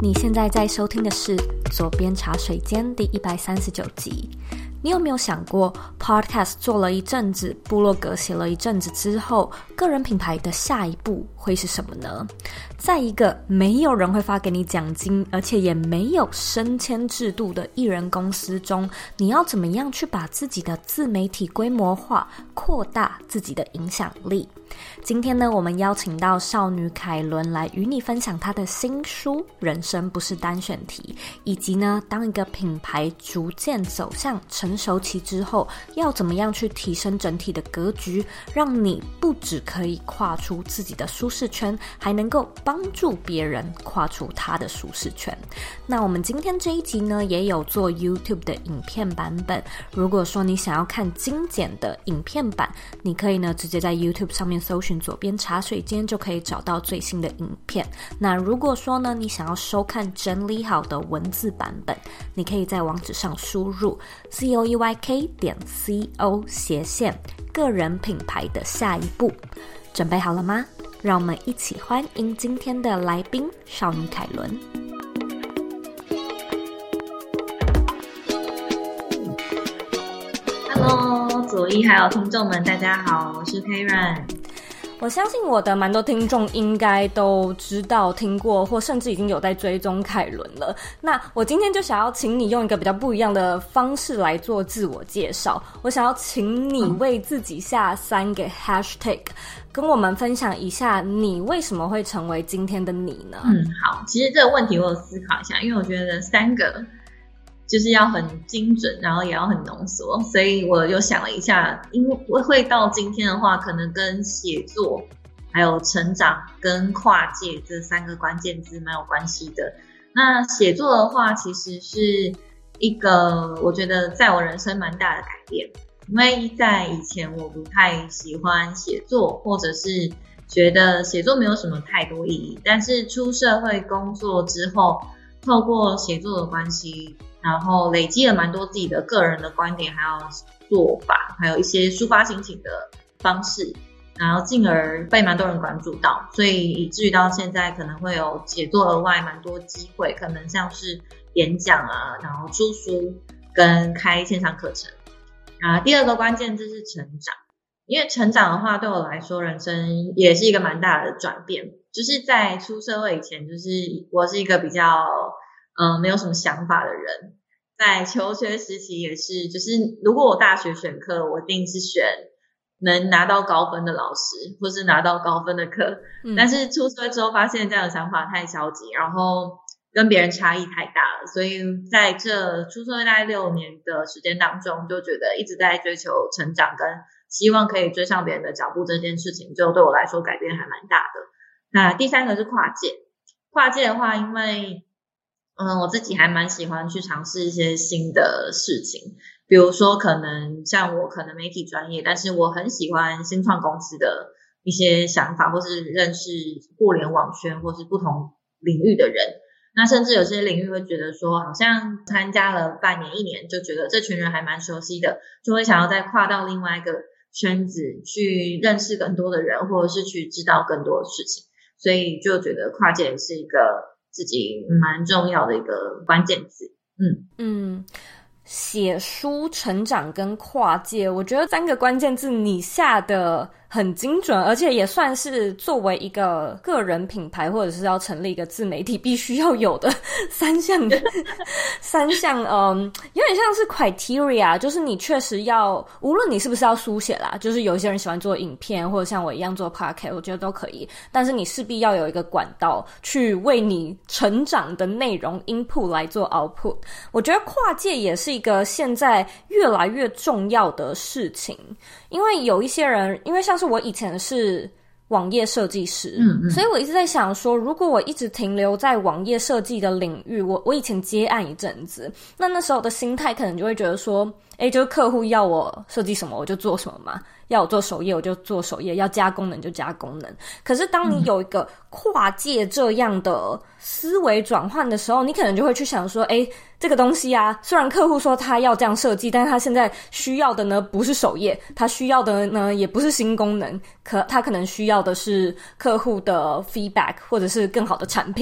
你现在在收听的是左边茶水间第139集。你有没有想过 Podcast 做了一阵子，部落格写了一阵子之后，个人品牌的下一步会是什么呢？在一个没有人会发给你奖金，而且也没有升迁制度的艺人公司中，你要怎么样去把自己的自媒体规模化，扩大自己的影响力？今天呢，我们邀请到少女凯伦来与你分享她的新书《人生不是单选题》，以及呢，当一个品牌逐渐走向成熟期之后，要怎么样去提升整体的格局，让你不只可以跨出自己的舒适圈，还能够帮助别人跨出他的舒适圈。那我们今天这一集呢，也有做 YouTube 的影片版本。如果说你想要看精简的影片版，你可以呢直接在 YouTube 上面搜寻左边茶水间，就可以找到最新的影片。那如果说呢，你想要收看整理好的文字版本，你可以在网址上输入 zoeyk.co/ 个人品牌的下一步。准备好了吗？让我们一起欢迎今天的来宾少女凯伦。 Hello， 左一还有听众们，大家好，我是 Karen。 我相信我的蛮多听众应该都知道、听过，或甚至已经有在追踪凯伦了。那我今天就想要请你用一个比较不一样的方式来做自我介绍。我想要请你为自己下3个 hashtag， 跟我们分享一下你为什么会成为今天的你呢？ 好，其实这个问题我有思考一下，因为我觉得3个就是要很精准，然后也要很浓缩，所以我又想了一下，因为会到今天的话，可能跟写作、还有成长跟跨界这3个关键字蛮有关系的。那写作的话，其实是一个我觉得在我人生蛮大的改变，因为在以前我不太喜欢写作，或者是觉得写作没有什么太多意义，但是出社会工作之后，透过写作的关系，然后累积了蛮多自己的个人的观点，还有做法，还有一些抒发心情的方式，然后进而被蛮多人关注到，所以以至于到现在可能会有写作额外蛮多机会，可能像是演讲啊，然后出书跟开线上课程。第二个关键字是成长，因为成长的话对我来说人生也是一个蛮大的转变，就是在出社会以前，就是我是一个比较没有什么想法的人，在求学时期也是，就是如果我大学选课，我一定是选能拿到高分的老师，或是拿到高分的课。但是出社会之后发现这样的想法太消极，然后跟别人差异太大了，所以在这出社会大概6年的时间当中，就觉得一直在追求成长跟希望可以追上别人的脚步，这件事情就对我来说改变还蛮大的。那第3个是跨界。跨界的话，因为我自己还蛮喜欢去尝试一些新的事情，比如说可能像我可能媒体专业，但是我很喜欢新创公司的一些想法，或是认识互联网圈或是不同领域的人。那甚至有些领域会觉得说好像参加了半年1年，就觉得这群人还蛮熟悉的，就会想要再跨到另外一个圈子去认识更多的人，或者是去知道更多的事情，所以就觉得跨界是一个自己蛮重要的一个关键字。 写书、成长跟跨界，我觉得3个关键字你下的很精准，而且也算是作为一个个人品牌或者是要成立一个自媒体必须要有的3项有点像是 criteria， 就是你确实要，无论你是不是要书写啦，就是有一些人喜欢做影片，或者像我一样做 podcast， 我觉得都可以，但是你势必要有一个管道去为你成长的内容 input 来做 output。 我觉得跨界也是一个现在越来越重要的事情，因为有一些人，因为像是我以前是网页设计师，所以我一直在想说，如果我一直停留在网页设计的领域，我以前接案一阵子，那时候的心态可能就会觉得说，就是客户要我设计什么我就做什么嘛，要我做首页我就做首页，要加功能就加功能。可是当你有一个跨界这样的思维转换的时候，你可能就会去想说，这个东西啊，虽然客户说他要这样设计，但是他现在需要的呢不是首页，他需要的呢也不是新功能，他可能需要的是客户的 feedback 或者是更好的产品。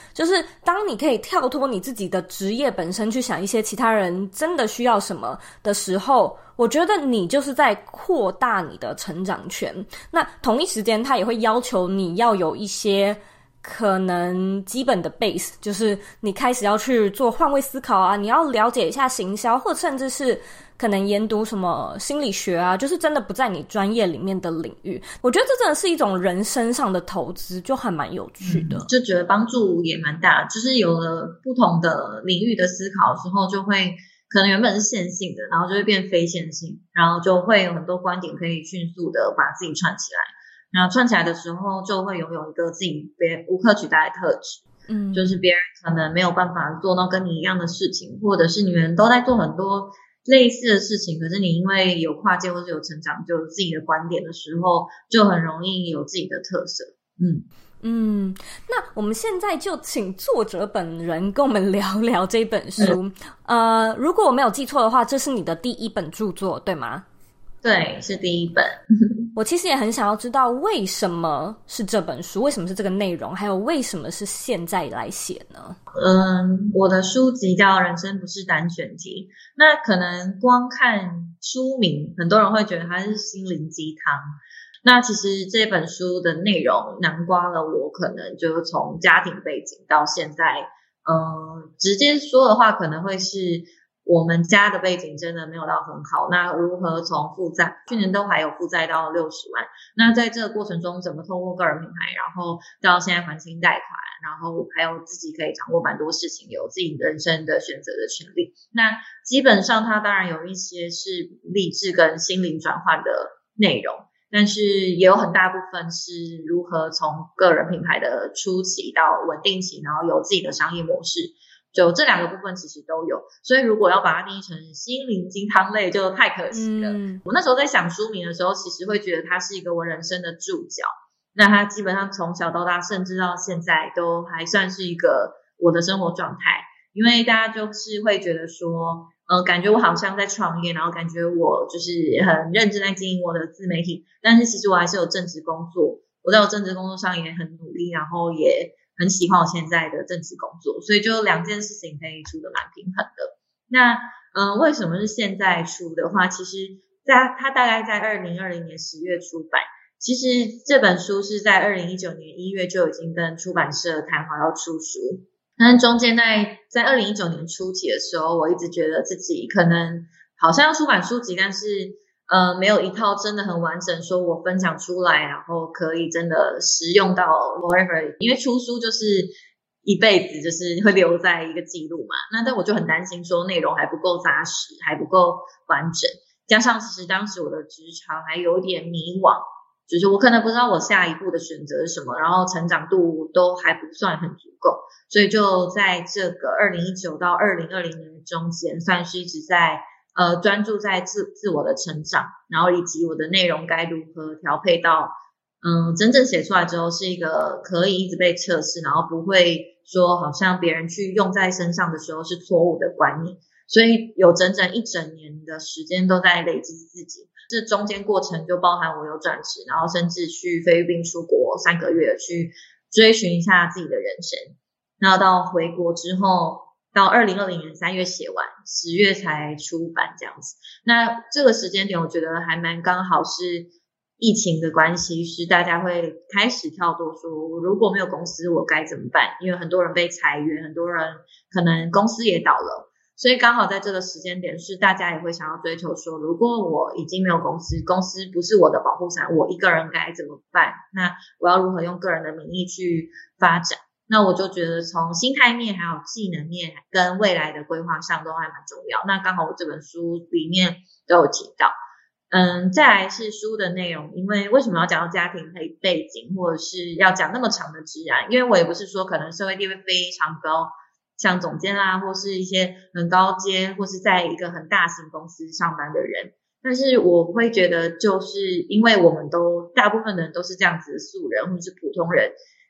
就是当你可以跳脱你自己的职业本身去想一些其他人真的需要什么的时候，我觉得你就是在扩大你的成长圈。那同一时间它也会要求你要有一些可能基本的 base， 就是你开始要去做换位思考啊，你要了解一下行销，或者甚至是可能研读什么心理学啊，就是真的不在你专业里面的领域。我觉得这真的是一种人生上的投资，就还蛮有趣的。 就觉得帮助也蛮大，就是有了不同的领域的思考之后，就会可能原本是线性的，然后就会变非线性，然后就会有很多观点可以迅速的把自己串起来。然后串起来的时候，就会拥有一个自己别人无可取代的特质。就是别人可能没有办法做到跟你一样的事情，或者是你们都在做很多类似的事情，可是你因为有跨界或是有成长，就有自己的观点的时候，就很容易有自己的特色。 那我们现在就请作者本人跟我们聊聊这本书。如果我没有记错的话，这是你的第一本著作，对吗？ 对，是第一本。 我其实也很想要知道为什么是这本书，为什么是这个内容，还有为什么是现在来写呢？ 我的书籍叫《人生不是单选题》，那可能光看书名，很多人会觉得它是心灵鸡汤。那其实这本书的内容囊括了我可能就从家庭背景到现在，直接说的话可能会是我们家的背景真的没有到很好，那如何从负债，去年都还有负债到60万，那在这个过程中怎么透过个人品牌，然后到现在还清贷款，然后还有自己可以掌握蛮多事情，有自己人生的选择的权利。那基本上它当然有一些是励志跟心灵转换的内容，但是也有很大部分是如何从个人品牌的初期到稳定期，然后有自己的商业模式，就这两个部分其实都有。所以如果要把它定义成心灵鸡汤类就太可惜了。我那时候在想书名的时候，其实会觉得它是一个我人生的注脚，那它基本上从小到大甚至到现在都还算是一个我的生活状态。因为大家就是会觉得说感觉我好像在创业，然后感觉我就是很认真在经营我的自媒体，但是其实我还是有正职工作，我在我正职工作上也很努力，然后也很喜欢我现在的正职工作，所以就两件事情可以处得蛮平衡的。那为什么是现在出的话，其实它大概在2020年10月出版，其实这本书是在2019年1月就已经跟出版社谈好要出书，但是中间在2019年初期的时候，我一直觉得自己可能好像要出版书籍，但是没有一套真的很完整说我分享出来然后可以真的实用到 forever， 因为出书就是一辈子就是会留在一个记录嘛。那但我就很担心说内容还不够扎实，还不够完整，加上其实当时我的职场还有点迷惘，就是我可能不知道我下一步的选择是什么，然后成长度都还不算很足够，所以就在这个2019到2020年的中间，算是一直在专注在自我的成长，然后以及我的内容该如何调配到真正写出来之后是一个可以一直被测试，然后不会说好像别人去用在身上的时候是错误的观念。所以有整整1整年的时间都在累积自己，这中间过程就包含我有转职，然后甚至去菲律宾出国3个月去追寻一下自己的人生，然后到回国之后到2020年3月写完，10月才出版这样子。那这个时间点我觉得还蛮刚好，是疫情的关系，是大家会开始跳脱说如果没有公司我该怎么办，因为很多人被裁员，很多人可能公司也倒了，所以刚好在这个时间点是大家也会想要追求说如果我已经没有公司，公司不是我的保护伞，我一个人该怎么办，那我要如何用个人的名义去发展。那我就觉得从心态面还有技能面跟未来的规划上都还蛮重要，那刚好我这本书里面都有提到。再来是书的内容，因为什么要讲到家庭背景或者是要讲那么长的职涯，因为我也不是说可能社会地位非常高，像总监啦或是一些很高阶或是在一个很大型公司上班的人，但是我会觉得就是因为我们都大部分的人都是这样子的素人或是普通人，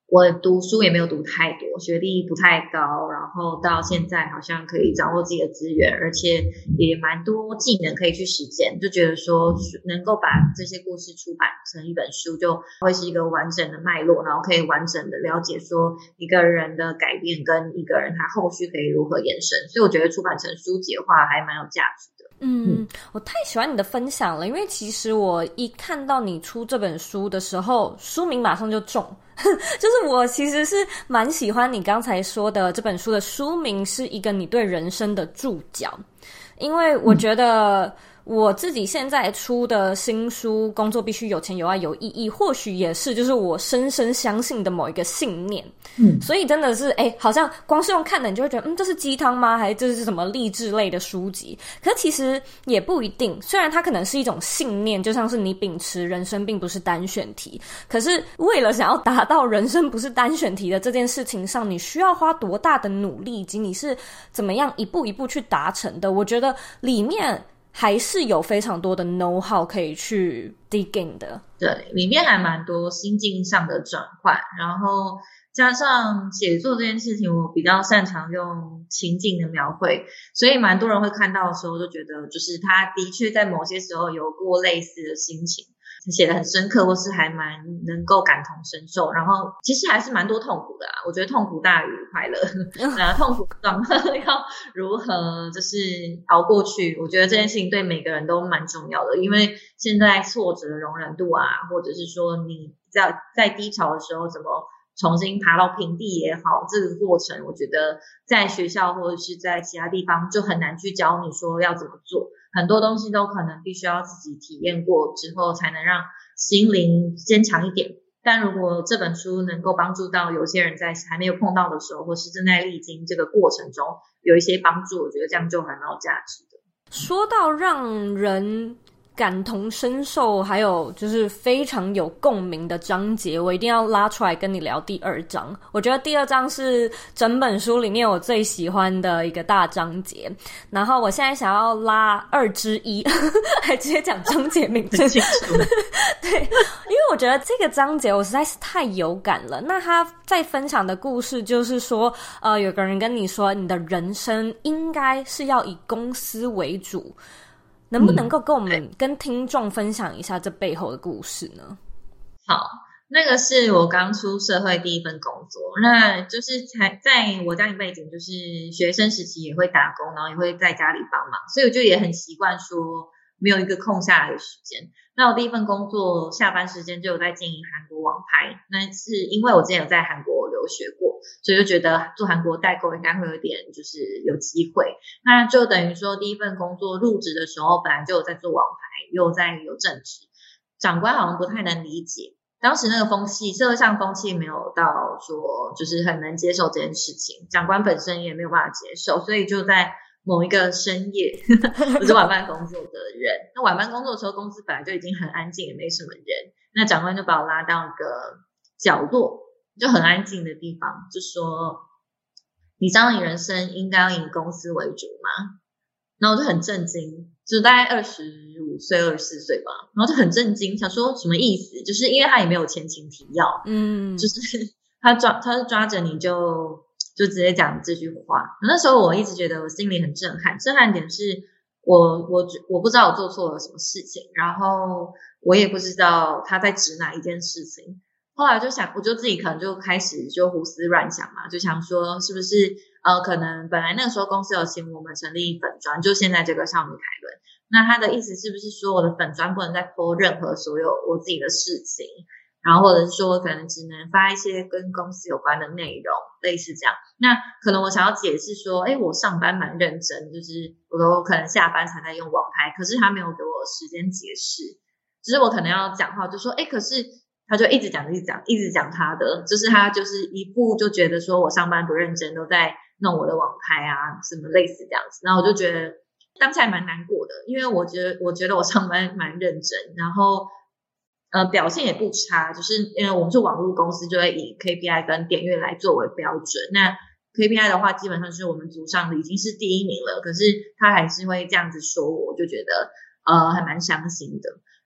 我读书也没有读太多，学历不太高，然后到现在好像可以掌握自己的资源，而且也蛮多技能可以去实践，就觉得说能够把这些故事出版成一本书，就会是一个完整的脉络，然后可以完整的了解说一个人的改变跟一个人他后续可以如何延伸，所以我觉得出版成书籍的话还蛮有价值的。 我太喜欢你的分享了，因为其实我一看到你出这本书的时候，书名马上就中，就是我其实是蛮喜欢你刚才说的这本书的书名是一个你对人生的注脚，因为我觉得我自己现在出的新书《工作必须有钱有爱有意义》，或许也是就是我深深相信的某一个信念。所以真的是好像光是用看的你就会觉得这是鸡汤吗？还是这是什么励志类的书籍？可其实也不一定，虽然它可能是一种信念，就像是你秉持人生并不是单选题，可是为了想要达到人生不是单选题的这件事情上，你需要花多大的努力，以及你是怎么样一步一步去达成的，我觉得里面还是有非常多的 know how 可以去 dig in 的。 对，里面还蛮多心境上的转换，然后加上写作这件事情我比较擅长用情景的描绘，所以蛮多人会看到的时候就觉得就是他的确在某些时候有过类似的心情，写得很深刻，或是还蛮能够感同身受，然后其实还是蛮多痛苦的我觉得痛苦大于快乐痛苦状要如何就是熬过去，我觉得这件事情对每个人都蛮重要的，因为现在挫折的容忍度或者是说你在低潮的时候怎么重新爬到平地也好，这个过程我觉得在学校或者是在其他地方就很难去教你说要怎么做，很多东西都可能必须要自己体验过之后才能让心灵坚强一点，但如果这本书能够帮助到有些人在还没有碰到的时候，或是正在历经这个过程中有一些帮助，我觉得这样就还蛮有价值的。 说到让人感同身受还有就是非常有共鸣的章节，我一定要拉出来跟你聊第2章。我觉得第2章是整本书里面我最喜欢的一个大章节，然后我现在想要拉2之一还直接讲章节名称对，因为我觉得这个章节我实在是太有感了。那他在分享的故事就是说有个人跟你说你的人生应该是要以公司为主，能不能够跟我们跟听众分享一下这背后的故事呢？ 好，那个是我刚出社会第一份工作，那就是在我家庭背景就是学生时期也会打工，然后也会在家里帮忙，所以我就也很习惯说没有一个空下来的时间。那我第一份工作下班时间就有在经营韩国网拍，那是因为我之前有在韩国留学过，所以就觉得做韩国代购应该会有点就是有机会，那就等于说第一份工作入职的时候本来就有在做网拍，又在有正职，长官好像不太能理解当时那个风气，社会上风气没有到说就是很能接受这件事情，长官本身也没有办法接受，所以就在某一个深夜我是晚班工作的人，那晚班工作的时候公司本来就已经很安静，也没什么人，那长官就把我拉到一个角落就很安静的地方，就说你知道你人生应该要以公司为主吗？然后我就很震惊，就大概25岁24岁吧，然后就很震惊，想说什么意思，就是因为他也没有前情提要，就是他是抓着你就直接讲这句话。那时候我一直觉得我心里很震撼点是我不知道我做错了什么事情，然后我也不知道他在指哪一件事情。后来就想，我就自己可能就开始就胡思乱想嘛，就想说是不是可能本来那个时候公司有请我们成立粉专，就现在这个少女凯伦，那他的意思是不是说我的粉专不能再 po 任何所有我自己的事情，然后或者是说可能只能发一些跟公司有关的内容，类似这样。那可能我想要解释说我上班蛮认真，就是我都可能下班才在用网拍，可是他没有给我时间解释，只是我可能要讲话就说可是他就一直讲他的，就是他就是一副就觉得说我上班不认真，都在弄我的网拍什么类似这样子。然后我就觉得当下还蛮难过的，因为我觉得我上班蛮认真，然后表现也不差，就是因为我们是网络公司，就会以 KPI 跟点阅来作为标准。那 KPI 的话基本上是我们组上的已经是第1名了，可是他还是会这样子说我就觉得还蛮伤心的。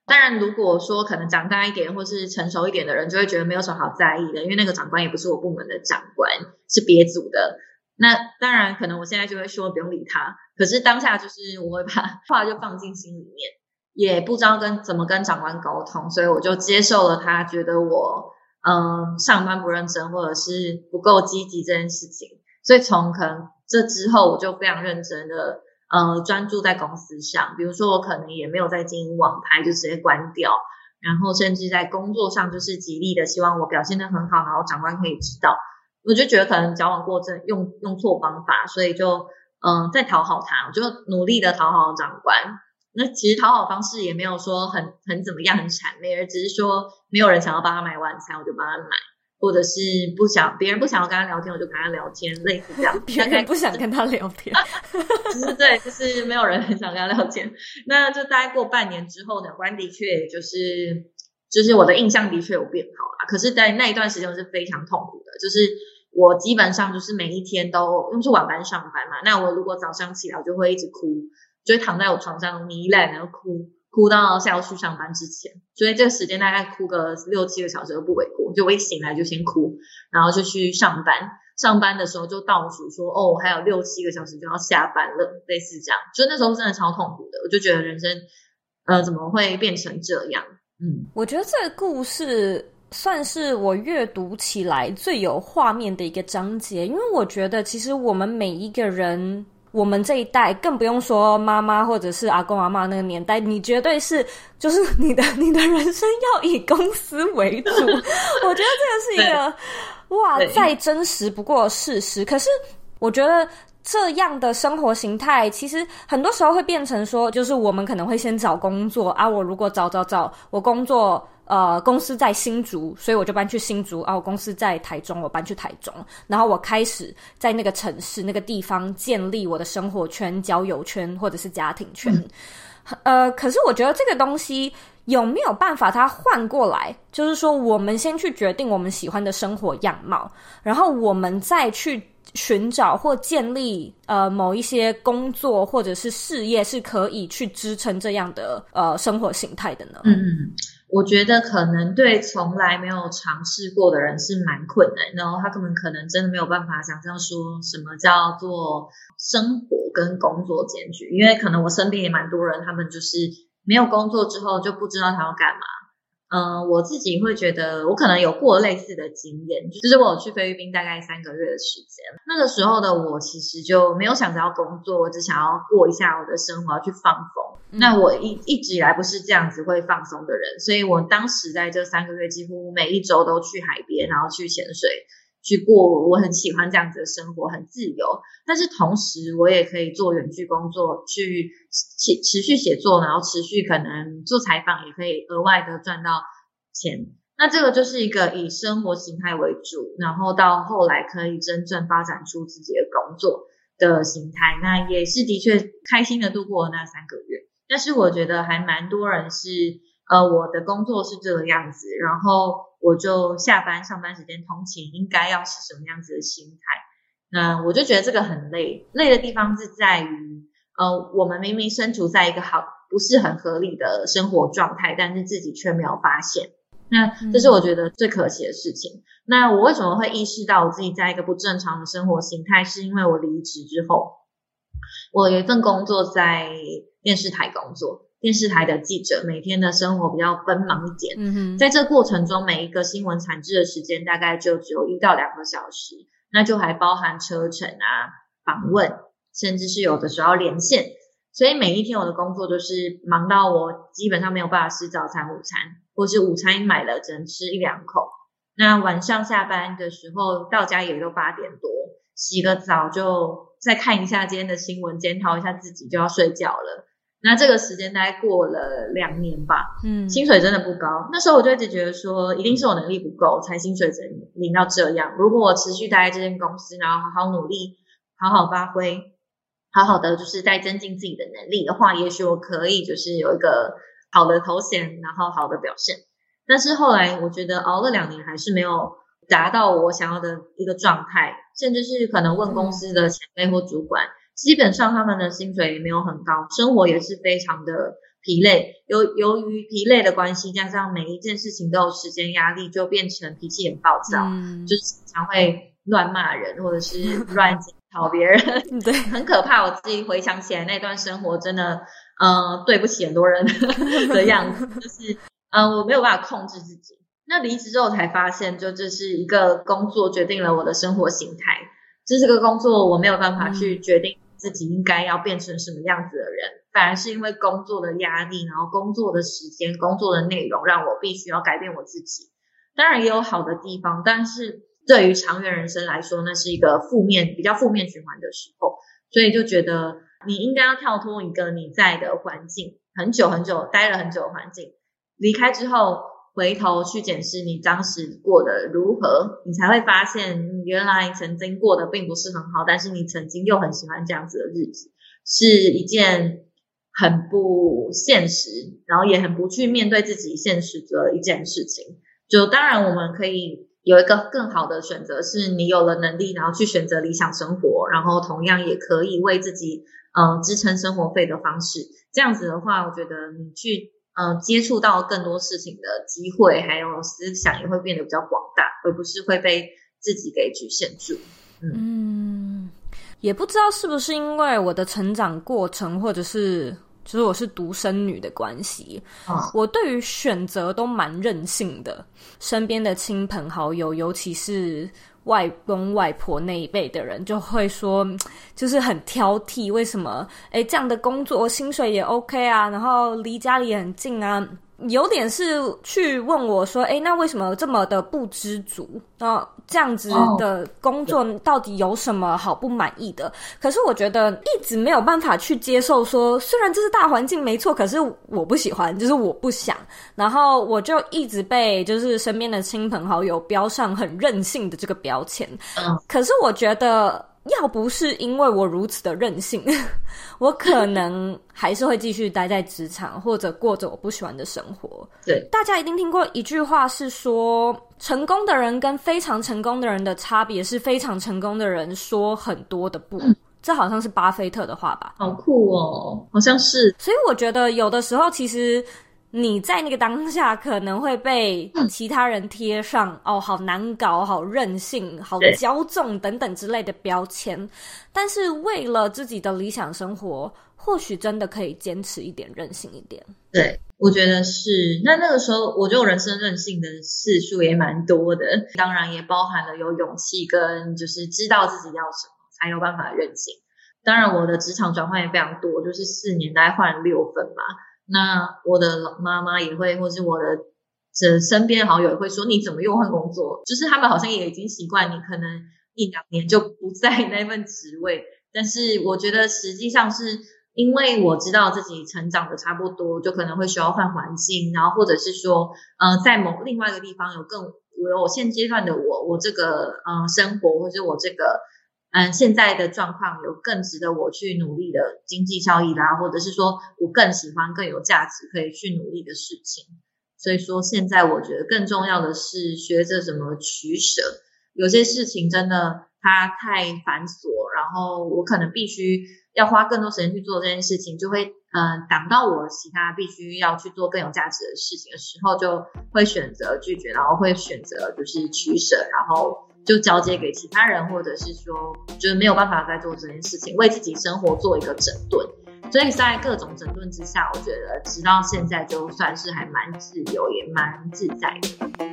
当然如果说可能长大一点或是成熟一点的人就会觉得没有什么好在意的，因为那个长官也不是我部门的长官，是别组的。那当然可能我现在就会说不用理他，可是当下就是我会把话就放进心里面，也不知道怎么跟长官沟通，所以我就接受了他觉得我上班不认真或者是不够积极这件事情。所以从可能这之后我就非常认真的专注在公司上，比如说我可能也没有在经营网拍，就直接关掉，然后甚至在工作上就是极力的希望我表现得很好，然后长官可以知道。我就觉得可能矫枉过正，用错方法，所以就在讨好他，我就努力的讨好长官。那其实讨好方式也没有说很怎么样很谄媚，而只是说没有人想要帮他买晚餐，我就帮他买，或者是别人不想要跟他聊天，我就跟他聊天，类似这样。 别人不想跟他聊天就是对，就是没有人很想跟他聊天。那就大概过半年之后，长官的确就是我的印象的确有变好啦，可是在那一段时间我是非常痛苦的，就是我基本上就是每一天都因为是晚班上班嘛，那我如果早上起来我就会一直哭，就会躺在我床上糜烂，然后哭到下午去上班之前，所以这个时间大概哭个6-7个小时都不为过。就我一醒来就先哭，然后就去上班，上班的时候就倒数说我还有6-7个小时就要下班了，类似这样。就那时候真的超痛苦的，我就觉得人生怎么会变成这样。 我觉得这个故事算是我阅读起来最有画面的一个章节，因为我觉得其实我们每一个人，我们这一代，更不用说妈妈或者是阿公阿嬷那个年代，你绝对是就是你的人生要以公司为主。我觉得这个是一个哇再真实不过的事实。可是我觉得这样的生活形态其实很多时候会变成说，就是我们可能会先找工作啊，我如果找我工作公司在新竹，所以我就搬去新竹啊，我公司在台中，我搬去台中，然后我开始在那个城市那个地方建立我的生活圈、交友圈或者是家庭圈。可是我觉得这个东西有没有办法它换过来，就是说我们先去决定我们喜欢的生活样貌，然后我们再去寻找或建立某一些工作或者是事业是可以去支撑这样的生活形态的呢？ 我觉得可能对从来没有尝试过的人是蛮困难，然后他可能真的没有办法想象说什么叫做生活跟工作兼具，因为可能我身边也蛮多人，他们就是没有工作之后就不知道他要干嘛。我自己会觉得我可能有过类似的经验，就是我有去菲律宾大概3个月的时间，那个时候的我其实就没有想着要工作，我只想要过一下我的生活，要去放风。那我一直以来不是这样子会放松的人，所以我当时在这3个月几乎每一周都去海边，然后去潜水，去过我很喜欢这样子的生活，很自由。但是同时我也可以做远距工作，去持续写作，然后持续可能做采访，也可以额外的赚到钱。那这个就是一个以生活形态为主，然后到后来可以真正发展出自己的工作的形态。那也是的确开心的度过了那3个月。但是我觉得还蛮多人是我的工作是这个样子，然后我就下班上班时间通勤应该要是什么样子的心态。那我就觉得这个很累的地方是在于我们明明身处在一个不是很合理的生活状态，但是自己却没有发现。那这是我觉得最可惜的事情。那我为什么会意识到我自己在一个不正常的生活形态，是因为我离职之后，我有一份工作在电视台工作，电视台的记者每天的生活比较奔忙一点。在这个过程中，每一个新闻产制的时间大概就只有1到2个小时，那就还包含车程啊、访问，甚至是有的时候要连线。所以每一天我的工作就是忙到我基本上没有办法吃早餐、午餐，或是午餐买了只能吃1-2口。那晚上下班的时候到家也都8点多，洗个澡就再看一下今天的新闻，检讨一下自己，就要睡觉了。那这个时间大概过了2年吧，薪水真的不高。那时候我就一直觉得说，一定是我能力不够，才薪水只能领到这样。如果我持续待在这间公司，然后好好努力，好好发挥，好好的就是在增进自己的能力的话，也许我可以就是有一个好的头衔，然后好的表现。但是后来我觉得熬了2年还是没有达到我想要的一个状态，甚至是可能问公司的前辈或主管，基本上他们的薪水也没有很高，生活也是非常的疲累，由于疲累的关系，加上每一件事情都有时间压力，就变成脾气很暴躁，就是常会乱骂人或者是乱检讨别人对， 很可怕。我自己回想起来那段生活真的对不起很多人的样子，就是我没有办法控制自己。那离职之后才发现，就这是一个工作决定了我的生活形态，这是个工作我没有办法去决定自己应该要变成什么样子的人，反而是因为工作的压力，然后工作的时间，工作的内容让我必须要改变我自己。当然也有好的地方，但是对于长远人生来说，那是一个比较负面循环的时候，所以就觉得你应该要跳脱一个你在的环境很久很久，待了很久的环境，离开之后回头去检视你当时过得如何，你才会发现原来曾经过得并不是很好，但是你曾经又很喜欢这样子的日子，是一件很不现实，然后也很不去面对自己现实的一件事情。就当然我们可以有一个更好的选择，是你有了能力然后去选择理想生活，然后同样也可以为自己支撑生活费的方式。这样子的话，我觉得你去接触到更多事情的机会还有思想也会变得比较广大，而不是会被自己给局限住。 也不知道是不是因为我的成长过程，或者是就是我是独生女的关系，我对于选择都蛮任性的。身边的亲朋好友，尤其是外公外婆那一辈的人，就会说就是很挑剔，为什么这样的工作薪水也 OK 啊，然后离家里也很近啊，有点是去问我说那为什么这么的不知足，然后这样子的工作到底有什么好不满意的。可是我觉得一直没有办法去接受说，虽然这是大环境没错，可是我不喜欢，就是我不想，然后我就一直被就是身边的亲朋好友标上很任性的这个标签。可是我觉得要不是因为我如此的任性，我可能还是会继续待在职场，或者过着我不喜欢的生活。 对， 大家一定听过一句话是说，成功的人跟非常成功的人的差别是非常成功的人说很多的不。这好像是巴菲特的话吧。 好酷哦，好像是。 所以我觉得有的时候其实你在那个当下可能会被其他人贴上好难搞，好任性，好骄纵等等之类的标签，但是为了自己的理想生活，或许真的可以坚持一点，任性一点。 对，我觉得是。那个时候我觉得我人生任性的次数也蛮多的，当然也包含了有勇气跟就是知道自己要什么才有办法任性。当然我的职场转换也非常多，就是4年大概换了6份嘛。那我的妈妈也会，或是我的身边好友也会说，你怎么又换工作？就是他们好像也已经习惯你可能1-2年就不在那份职位。但是我觉得实际上是因为我知道自己成长的差不多，就可能会需要换环境，然后或者是说在另外一个地方有现阶段的我这个生活，或者我这个现在的状况有更值得我去努力的经济效益啦，或者是说我更喜欢更有价值可以去努力的事情。所以说现在我觉得更重要的是学着怎么取舍，有些事情真的它太繁琐，然后我可能必须要花更多时间去做这件事情，就会挡到我其他必须要去做更有价值的事情的时候，就会选择拒绝，然后会选择就是取舍，然后就交接给其他人，或者是说就是没有办法再做这件事情，为自己生活做一个整顿。所以在各种整顿之下，我觉得直到现在就算是还蛮自由也蛮自在的。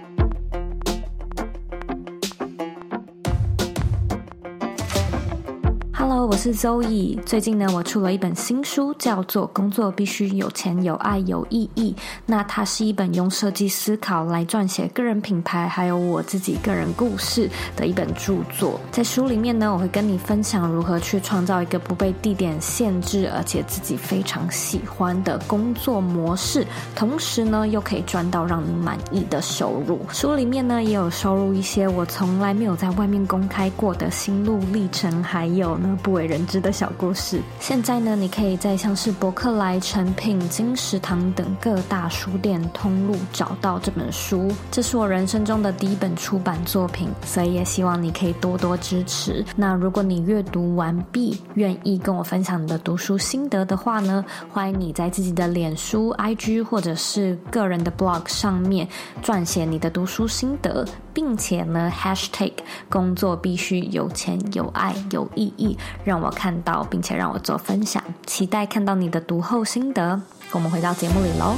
Hello， 我是 Zoe。最近呢，我出了一本新书，叫做《工作必须有钱、有爱、有意义》。那它是一本用设计思考来撰写个人品牌，还有我自己个人故事的一本著作。在书里面呢，我会跟你分享如何去创造一个不被地点限制，而且自己非常喜欢的工作模式，同时呢，又可以赚到让你满意的收入。书里面呢，也有收录一些我从来没有在外面公开过的心路历程，还有呢不不为人知的小故事。现在呢，你可以在像是博客来、诚品、金石堂等各大书店通路找到这本书。这是我人生中的第一本出版作品，所以也希望你可以多多支持。那如果你阅读完毕，愿意跟我分享你的读书心得的话呢，欢迎你在自己的脸书、IG 或者是个人的 blog 上面撰写你的读书心得，并且呢 hashtag 工作必须有钱有爱有意义，让我看到并且让我做分享。期待看到你的读后心得。我们回到节目里咯。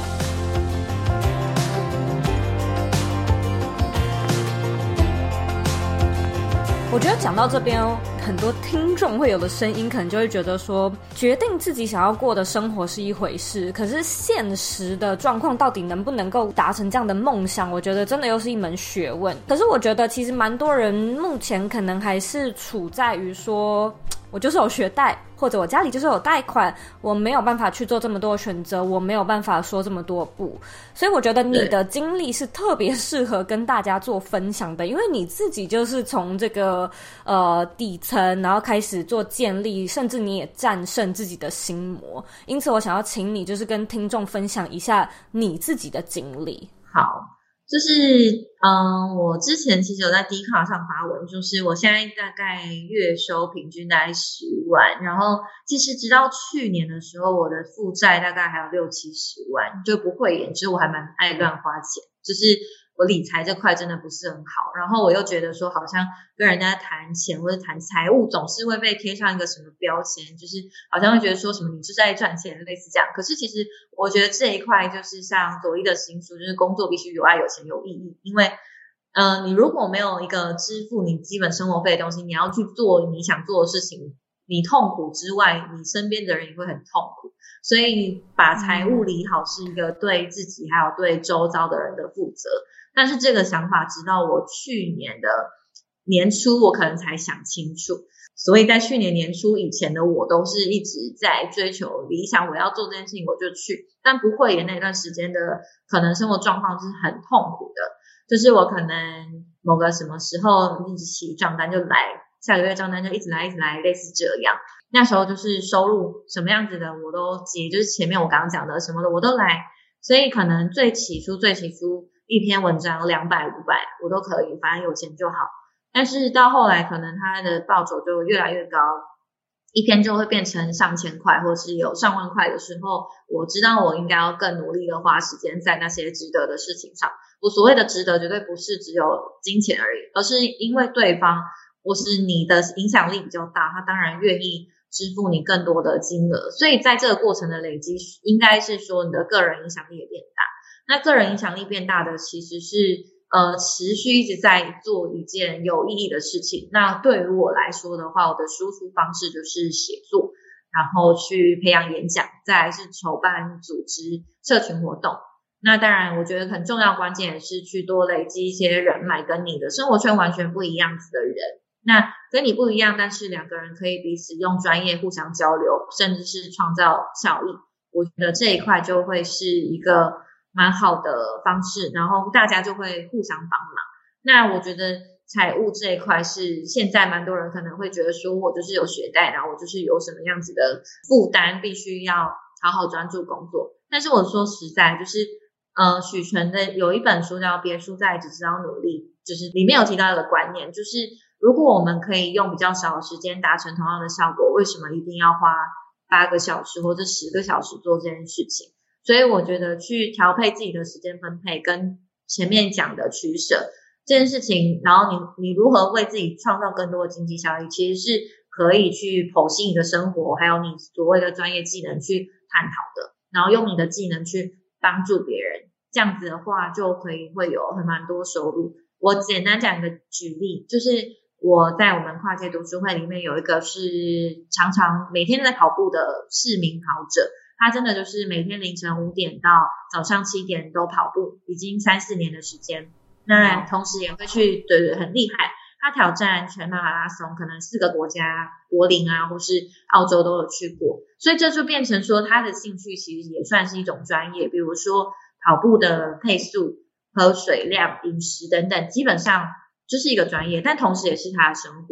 我觉得讲到这边很多听众会有的声音可能就会觉得说，决定自己想要过的生活是一回事，可是现实的状况到底能不能够达成这样的梦想，我觉得真的又是一门学问。可是我觉得其实蛮多人目前可能还是处在于说，我就是有学贷，或者我家里就是有贷款，我没有办法去做这么多的选择，我没有办法说这么多不。所以我觉得你的经历是特别适合跟大家做分享的，因为你自己就是从这个底层，然后开始做建立，甚至你也战胜自己的心魔。因此我想要请你就是跟听众分享一下你自己的经历。 好，就是我之前其实有在 Dcard 上发文，就是我现在大概月收平均大概10万，然后其实直到去年的时候，我的负债大概还有60-70万，就不会演，就是我还蛮爱乱花钱，就是我理财这块真的不是很好，然后我又觉得说好像跟人家谈钱或者谈财务总是会被贴上一个什么标签，就是好像会觉得说什么你就是在赚钱类似这样。可是其实我觉得这一块就是像佐伊的新书，就是工作必须有爱有钱有意义，因为你如果没有一个支付你基本生活费的东西，你要去做你想做的事情，你痛苦之外，你身边的人也会很痛苦。所以把财务理好是一个对自己还有对周遭的人的负责。但是这个想法直到我去年的年初我可能才想清楚，所以在去年年初以前的我都是一直在追求理想，我要做这件事情我就去，但不会演那段时间的可能生活状况是很痛苦的，就是我可能某个什么时候一直起账单就来，下个月账单就一直来类似这样。那时候就是收入什么样子的我都接，就是前面我刚刚讲的什么的我都来，所以可能最起初一篇文章200-500我都可以，反正有钱就好。但是到后来可能它的报酬就越来越高，一篇就会变成上千块或是有上万块的时候，我知道我应该要更努力的花时间在那些值得的事情上。我所谓的值得绝对不是只有金钱而已，而是因为对方或是你的影响力比较大，他当然愿意支付你更多的金额，所以在这个过程的累积应该是说你的个人影响力也变大。那个人影响力变大的其实是持续一直在做一件有意义的事情。那对于我来说的话，我的输出方式就是写作，然后去培养演讲，再来是筹办组织社群活动。那当然我觉得很重要关键也是去多累积一些人脉，跟你的生活圈完全不一样子的人，那跟你不一样，但是两个人可以彼此用专业互相交流，甚至是创造效益。我觉得这一块就会是一个蛮好的方式，然后大家就会互相帮忙。那我觉得财务这一块是现在蛮多人可能会觉得说我就是有学贷，然后我就是有什么样子的负担，必须要好好专注工作。但是我说实在就是许纯的有一本书叫别输在只知道努力，就是里面有提到一个观念，就是如果我们可以用比较少的时间达成同样的效果，为什么一定要花8个小时或者10个小时做这件事情？所以我觉得去调配自己的时间分配跟前面讲的取舍这件事情，然后你如何为自己创造更多的经济效益，其实是可以去剖析你的生活还有你所谓的专业技能去探讨的，然后用你的技能去帮助别人，这样子的话就可以会有蛮多收入。我简单讲一个举例，就是我在我们跨界读书会里面有一个是常常每天都在跑步的市民跑者，他真的就是每天凌晨5点到早上7点都跑步，已经3-4年的时间。那同时也会去对很厉害，他挑战全马拉松，可能4个国家，柏林啊或是澳洲都有去过，所以这就变成说他的兴趣其实也算是一种专业，比如说跑步的配速、喝水量、饮食等等，基本上就是一个专业，但同时也是他的生活。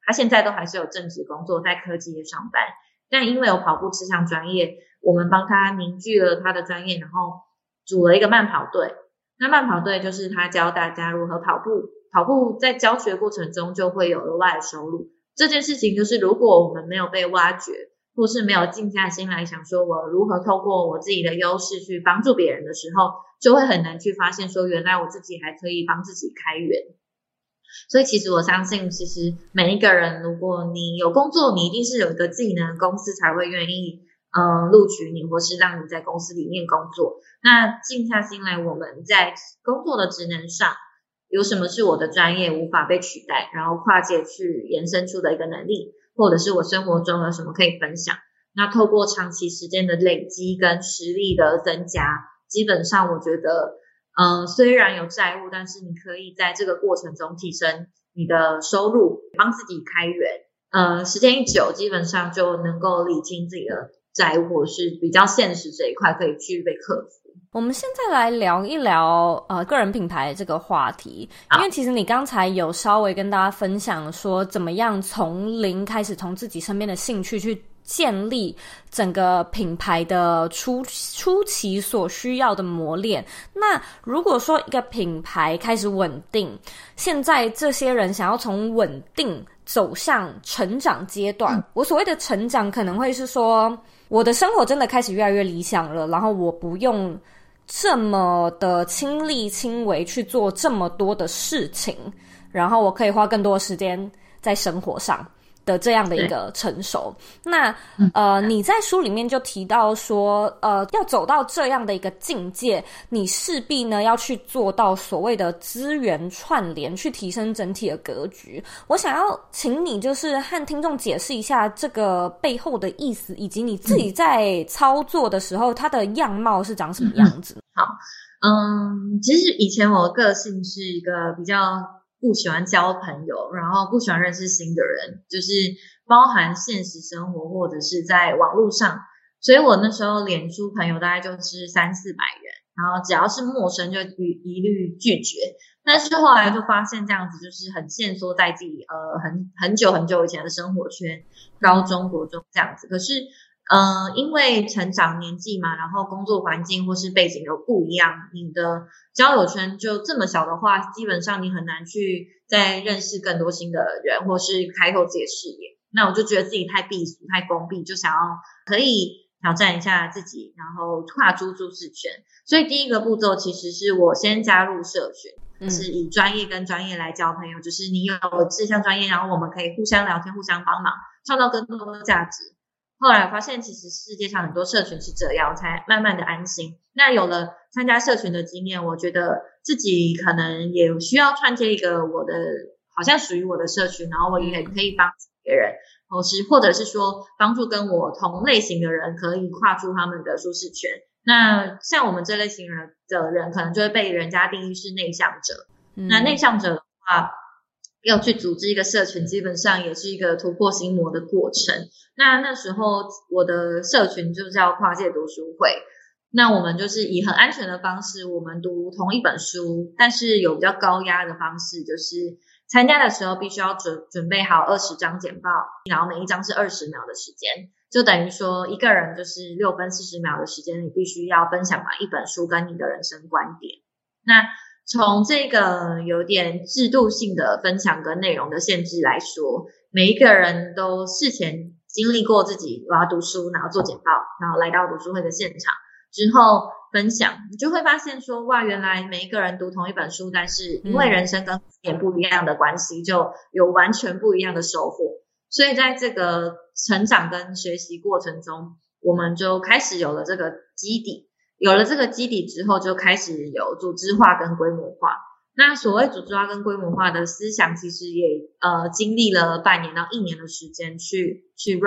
他现在都还是有正职工作，在科技业上班。但因为有跑步这项专业，我们帮他凝聚了他的专业，然后组了一个慢跑队。那慢跑队就是他教大家如何跑步，跑步在教学过程中就会有额外的收入。这件事情就是如果我们没有被挖掘，或是没有静下心来想说我如何透过我自己的优势去帮助别人的时候，就会很难去发现说原来我自己还可以帮自己开源。所以其实我相信，其实每一个人，如果你有工作，你一定是有一个技能，公司才会愿意录取你，或是让你在公司里面工作。那静下心来，我们在工作的职能上有什么是我的专业无法被取代，然后跨界去延伸出的一个能力，或者是我生活中有什么可以分享。那透过长期时间的累积跟实力的增加，基本上我觉得虽然有债务，但是你可以在这个过程中提升你的收入，帮自己开源。时间一久，基本上就能够理清自己的债务，或是比较现实这一块可以去被克服。 我们现在来聊一聊个人品牌这个话题，因为其实你刚才有稍微跟大家分享说怎么样从零开始，从自己身边的兴趣去建立整个品牌的初期所需要的磨练。那如果说一个品牌开始稳定，现在这些人想要从稳定走向成长阶段，我所谓的成长可能会是说我的生活真的开始越来越理想了，然后我不用这么的亲力亲为去做这么多的事情，然后我可以花更多的时间在生活上的这样的一个成熟。那你在书里面就提到说要走到这样的一个境界，你势必呢要去做到所谓的资源串联，去提升整体的格局。我想要请你就是和听众解释一下这个背后的意思，以及你自己在操作的时候它的样貌是长什么样子。 好，其实以前我的个性是一个比较不喜欢交朋友，然后不喜欢认识新的人，就是包含现实生活或者是在网络上。所以我那时候脸书朋友大概就是300-400人，然后只要是陌生就一律拒绝。但是后来就发现这样子就是很限缩在自己很久很久以前的生活圈，高中国中这样子。可是因为成长年纪嘛，然后工作环境或是背景有不一样，你的交友圈就这么小的话，基本上你很难去再认识更多新的人，或是开拓自己的视野。那我就觉得自己太避俗太封闭，就想要可以挑战一下自己，然后跨出舒适圈。所以第一个步骤其实是我先加入社群，是以专业跟专业来交朋友，就是你有这项专业，然后我们可以互相聊天互相帮忙，创造更多的价值。后来发现其实世界上很多社群是这样，才慢慢的安心。那有了参加社群的经验，我觉得自己可能也需要创建一个我的好像属于我的社群，然后我也可以帮助别人，或者是说帮助跟我同类型的人可以跨出他们的舒适圈。那像我们这类型的人可能就会被人家定义是内向者。那内向者的话要去组织一个社群，基本上也是一个突破心魔的过程。那时候我的社群就叫跨界读书会，那我们就是以很安全的方式，我们读同一本书，但是有比较高压的方式，就是参加的时候必须要准备好20张简报，然后每一张是20秒的时间，就等于说一个人就是6分40秒的时间，你必须要分享完一本书跟你的人生观点。那从这个有点制度性的分享跟内容的限制来说，每一个人都事前经历过自己我要读书，然后做简报，然后来到读书会的现场之后分享，你就会发现说哇，原来每一个人读同一本书，但是因为人生跟点不一样的关系，就有完全不一样的收获。所以在这个成长跟学习过程中，我们就开始有了这个基底。有了这个基底之后，就开始有组织化跟规模化。那所谓组织化跟规模化的思想，其实也经历了半年到1年的时间去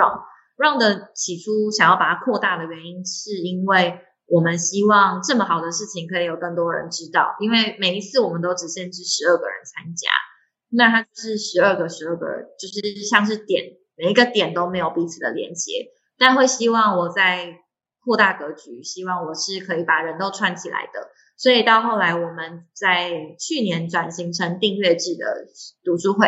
run 的起初想要把它扩大的原因，是因为我们希望这么好的事情可以有更多人知道。因为每一次我们都只限制12个人参加，那它就是12个，就是像是点，每一个点都没有彼此的连接，但会希望我在扩大格局，希望我是可以把人都串起来的。所以到后来我们在去年转型成订阅制的读书会，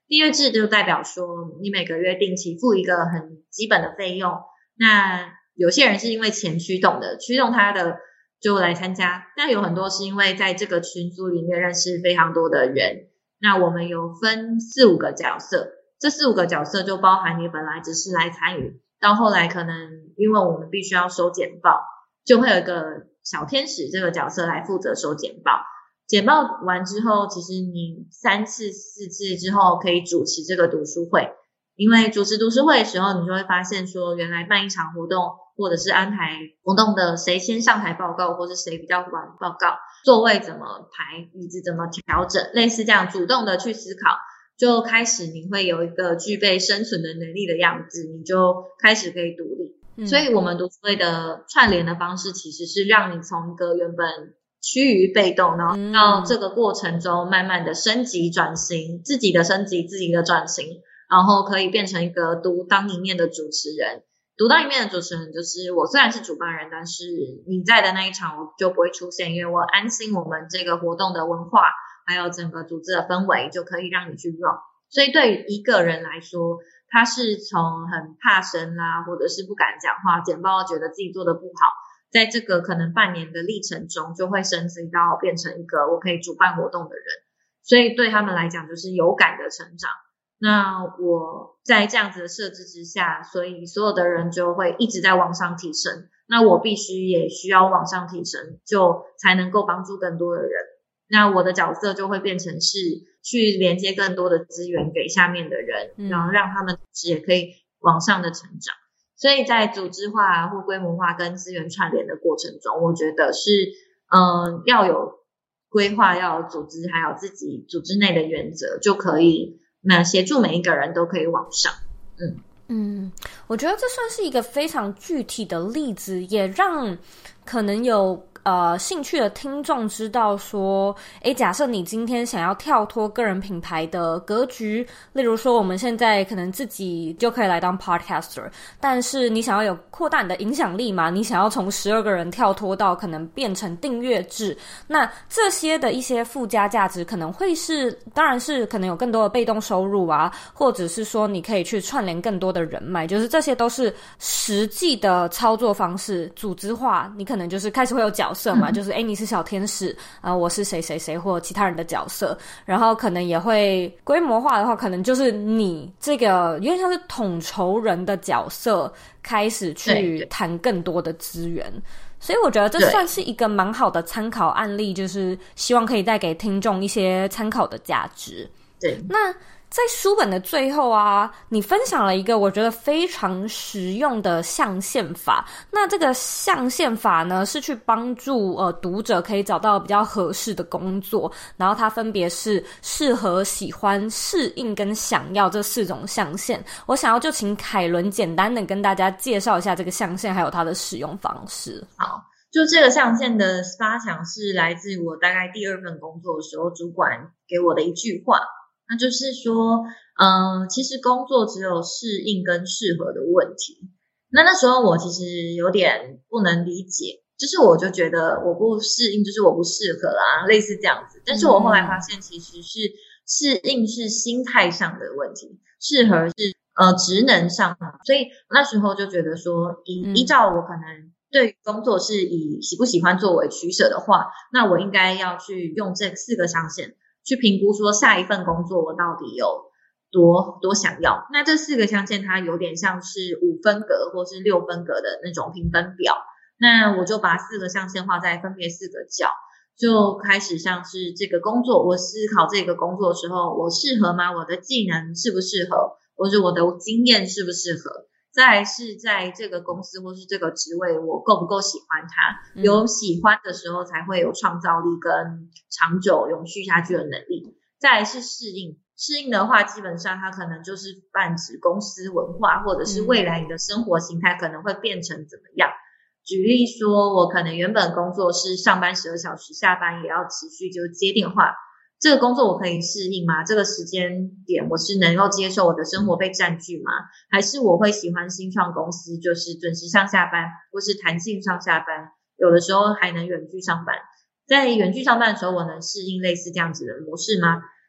订阅制就代表说你每个月定期付一个很基本的费用，那有些人是因为钱驱动他的就来参加，但有很多是因为在这个群组里面认识非常多的人。那我们有分4-5个角色，这4-5个角色就包含你本来只是来参与，到后来可能因为我们必须要收简报，就会有一个小天使这个角色来负责收简报。简报完之后，其实你3次4次之后可以主持这个读书会，因为主持读书会的时候，你就会发现说原来办一场活动或者是安排活动的谁先上台报告，或是谁比较晚报告，座位怎么排，椅子怎么调整，类似这样主动的去思考，就开始你会有一个具备生存的能力的样子，你就开始可以独立。所以我们读书会的串联的方式其实是让你从一个原本趋于被动，然后到这个过程中慢慢的升级转型，自己的升级，自己的转型，然后可以变成一个独当一面的主持人。独当一面的主持人就是我虽然是主办人，但是你在的那一场我就不会出现，因为我安心我们这个活动的文化还有整个组织的氛围就可以让你去 run。 所以对于一个人来说，他是从很怕生啦，或者是不敢讲话，简报觉得自己做的不好，在这个可能半年的历程中就会升级到变成一个我可以主办活动的人，所以对他们来讲就是有感的成长。那我在这样子的设置之下，所以所有的人就会一直在往上提升，那我必须也需要往上提升，就才能够帮助更多的人。那我的角色就会变成是去连接更多的资源给下面的人，然后让他们也可以往上的成长。所以在组织化或规模化跟资源串联的过程中，我觉得是要有规划，要有组织，还有自己组织内的原则，就可以协助每一个人都可以往上。 我觉得这算是一个非常具体的例子，也让可能有兴趣的听众知道说，假设你今天想要跳脱个人品牌的格局，例如说我们现在可能自己就可以来当 podcaster， 但是你想要有扩大你的影响力嘛，你想要从12个人跳脱到可能变成订阅制，那这些的一些附加价值可能会是，当然是可能有更多的被动收入啊，或者是说你可以去串联更多的人脉，就是这些都是实际的操作方式。组织化你可能就是开始会有角色嘛，就是你是小天使我是谁谁谁或其他人的角色，然后可能也会规模化的话，可能就是你这个有点像是统筹人的角色开始去谈更多的资源。所以我觉得这算是一个蛮好的参考案例，就是希望可以带给听众一些参考的价值。 对， 那在书本的最后啊，你分享了一个我觉得非常实用的象限法。那这个象限法呢，是去帮助读者可以找到比较合适的工作，然后它分别是适合、喜欢、适应跟想要这4种象限。我想要就请凯伦简单的跟大家介绍一下这个象限还有它的使用方式。 好，就这个象限的发想是来自我大概第2份工作的时候主管给我的一句话，那就是说其实工作只有适应跟适合的问题。那时候我其实有点不能理解，就是我就觉得我不适应就是我不适合啊，类似这样子。但是我后来发现其实是适应是心态上的问题，适合是职能上。所以那时候就觉得说依照我可能对于工作是以喜不喜欢作为取舍的话，那我应该要去用这4个象限去评估说下一份工作我到底有多想要。那这4个象限它有点像是5分格或是6分格的那种评分表，那我就把4个象限画在分别4个角，就开始像是这个工作，我思考这个工作的时候我适合吗？我的技能适不适合？或是我的经验适不适合？再来是在这个公司或是这个职位我够不够喜欢它，有喜欢的时候才会有创造力跟长久永续下去的能力。再来是适应，适应的话基本上它可能就是泛指公司文化，或者是未来你的生活形态可能会变成怎么样。举例说我可能原本工作是上班12小时，下班也要持续就接电话，这个工作我可以适应吗？这个时间点我是能够接受我的生活被占据吗？还是我会喜欢新创公司，就是准时上下班，或是弹性上下班，有的时候还能远距上班。在远距上班的时候我能适应类似这样子的模式吗？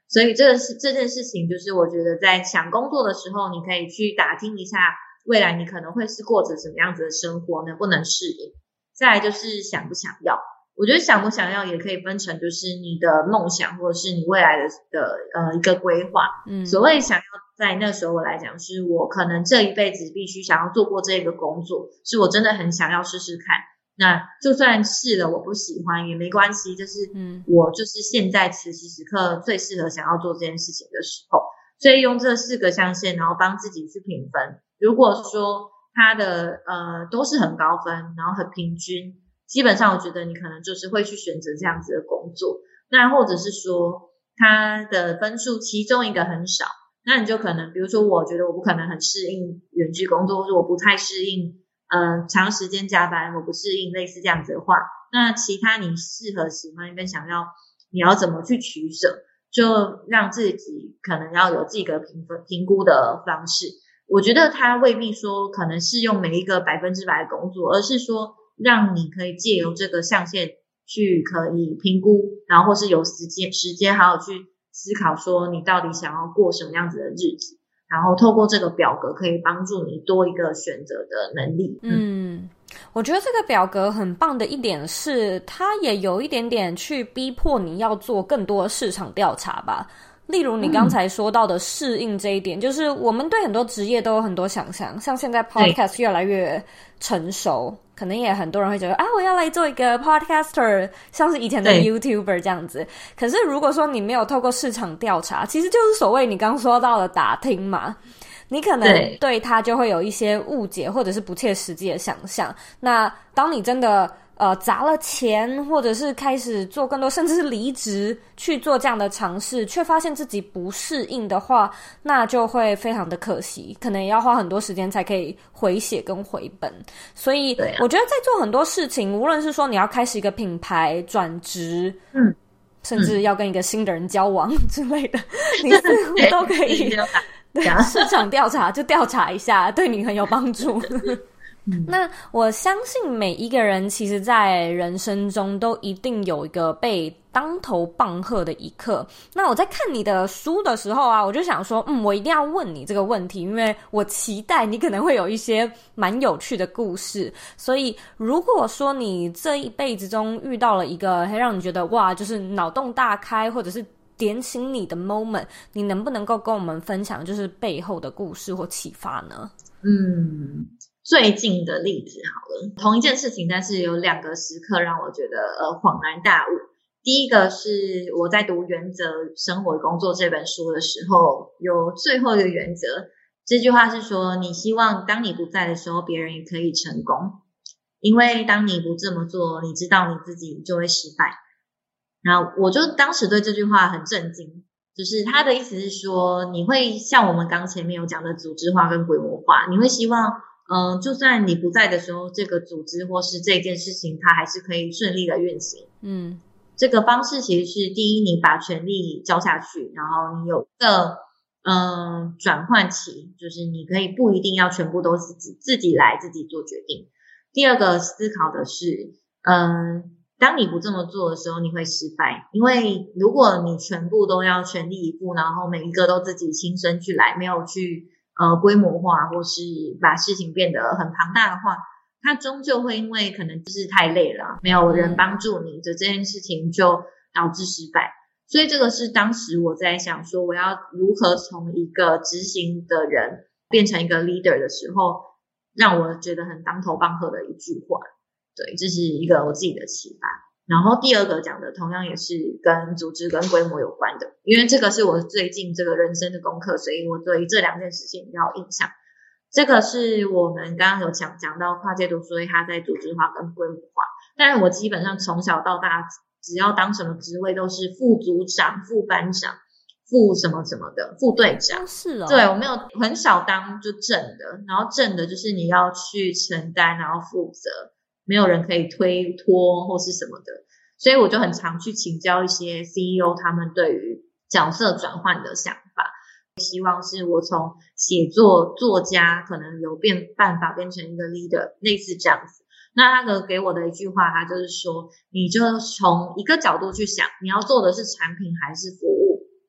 所以这件事情，就是我觉得在想工作的时候，你可以去打听一下未来你可能会是过着什么样子的生活，能不能适应。再来就是想不想要，我觉得想不想要也可以分成就是你的梦想或者是你未来的一个规划。所谓想要，在那时候我来讲，是我可能这一辈子必须想要做过这个工作，是我真的很想要试试看。那就算试了我不喜欢也没关系，就是我就是现在此时此刻最适合想要做这件事情的时候。所以用这4个象限，然后帮自己去评分。如果说它的都是很高分，然后很平均，基本上我觉得你可能就是会去选择这样子的工作。那或者是说它的分数其中一个很少，那你就可能比如说我觉得我不可能很适应远距工作，或者我不太适应长时间加班，我不适应类似这样子的话，那其他你适合喜欢跟想要，你要怎么去取舍，就让自己可能要有自己的评估的方式。我觉得它未必说可能适用每一个100%的工作，而是说让你可以借由这个象限去可以评估，然后或是有时间好好去思考说你到底想要过什么样子的日子，然后透过这个表格可以帮助你多一个选择的能力。 我觉得这个表格很棒的一点是，它也有一点点去逼迫你要做更多的市场调查吧。例如你刚才说到的适应这一点，就是我们对很多职业都有很多想象，像现在 podcast 越来越成熟，可能也很多人会觉得我要来做一个 podcaster， 像是以前的 YouTuber 这样子。可是如果说你没有透过市场调查，其实就是所谓你刚说到的打听嘛，你可能对他就会有一些误解或者是不切实际的想象。那当你真的砸了钱，或者是开始做更多，甚至是离职去做这样的尝试，却发现自己不适应的话，那就会非常的可惜，可能也要花很多时间才可以回血跟回本。所以我觉得在做很多事情，无论是说你要开始一个品牌转职，甚至要跟一个新的人交往之类的，你似乎都可以市场调查就调查一下，对你很有帮助。那我相信每一个人其实在人生中都一定有一个被当头棒喝的一刻。那我在看你的书的时候啊，我就想说我一定要问你这个问题，因为我期待你可能会有一些蛮有趣的故事。所以如果说你这一辈子中遇到了一个会让你觉得哇就是脑洞大开，或者是点醒你的 moment， 你能不能够跟我们分享就是背后的故事或启发呢？ 最近的例子好了，同一件事情，但是有2个时刻让我觉得恍然大悟。第一个是我在读《原则生活与工作》这本书的时候，有最后一个原则，这句话是说，你希望当你不在的时候，别人也可以成功，因为当你不这么做，你知道你自己就会失败。然后我就当时对这句话很震惊，就是他的意思是说，你会像我们刚前面有讲的组织化跟规模化，你会希望就算你不在的时候，这个组织或是这件事情它还是可以顺利的运行。这个方式其实是第一，你把权力交下去，然后你有一个转换期，就是你可以不一定要全部都是自己来自己做决定。第二个思考的是当你不这么做的时候，你会失败，因为如果你全部都要全力以赴，然后每一个都自己亲身去来，没有去规模化或是把事情变得很庞大的话，它终究会因为可能就是太累了，没有人帮助你的这件事情就导致失败。所以这个是当时我在想说，我要如何从一个执行的人变成一个 leader 的时候，让我觉得很当头棒喝的一句话。对，这是一个我自己的启发。然后第二个讲的同样也是跟组织跟规模有关的，因为这个是我最近这个人生的功课，所以我对这2件事情比较有印象。这个是我们刚刚有讲到跨界读书会，它在组织化跟规模化，但是我基本上从小到大只要当什么职位都是副组长、副班长、副什么什么的，副队长。 是哦。 对，我没有很少当就正的，然后正的就是你要去承担，然后负责，没有人可以推脱或是什么的，所以我就很常去请教一些 CEO 他们对于角色转换的想法，希望是我从写作作家可能有办法变成一个 leader， 类似这样子。那他给我的一句话，他就是说，你就从一个角度去想，你要做的是产品还是服务，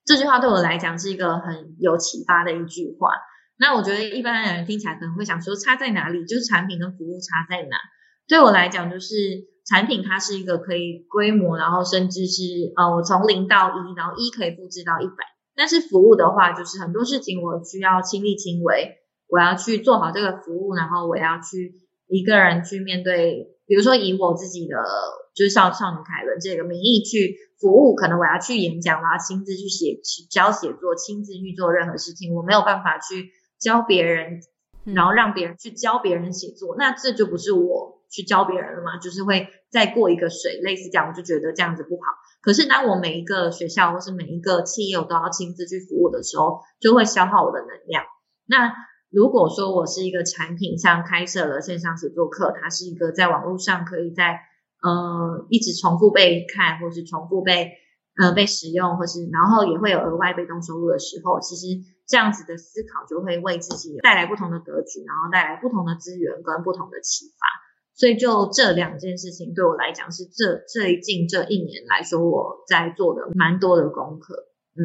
这句话对我来讲是一个很有启发的一句话。那我觉得一般的人听起来可能会想说差在哪里，就是产品跟服务差在哪。对我来讲就是产品它是一个可以规模，然后甚至是我从0到1，然后1可以复制到100。但是服务的话就是很多事情我需要亲力亲为，我要去做好这个服务，然后我要去一个人去面对，比如说以我自己的就是少女凯伦这个名义去服务，可能我要去演讲，我要亲自去教写作，亲自去做任何事情，我没有办法去教别人，然后让别人去教别人写作，那这就不是我去教别人了嘛，就是会再过一个水，类似这样，我就觉得这样子不好。可是当我每一个学校或是每一个企业我都要亲自去服务的时候，就会消耗我的能量。那如果说我是一个产品，像开设了线上写作课，它是一个在网络上可以在一直重复被看，或是重复被使用，或是然后也会有额外被动收入的时候，其实这样子的思考就会为自己带来不同的格局，然后带来不同的资源跟不同的启发。所以就这2件事情对我来讲是最近这1年来说我在做的蛮多的功课。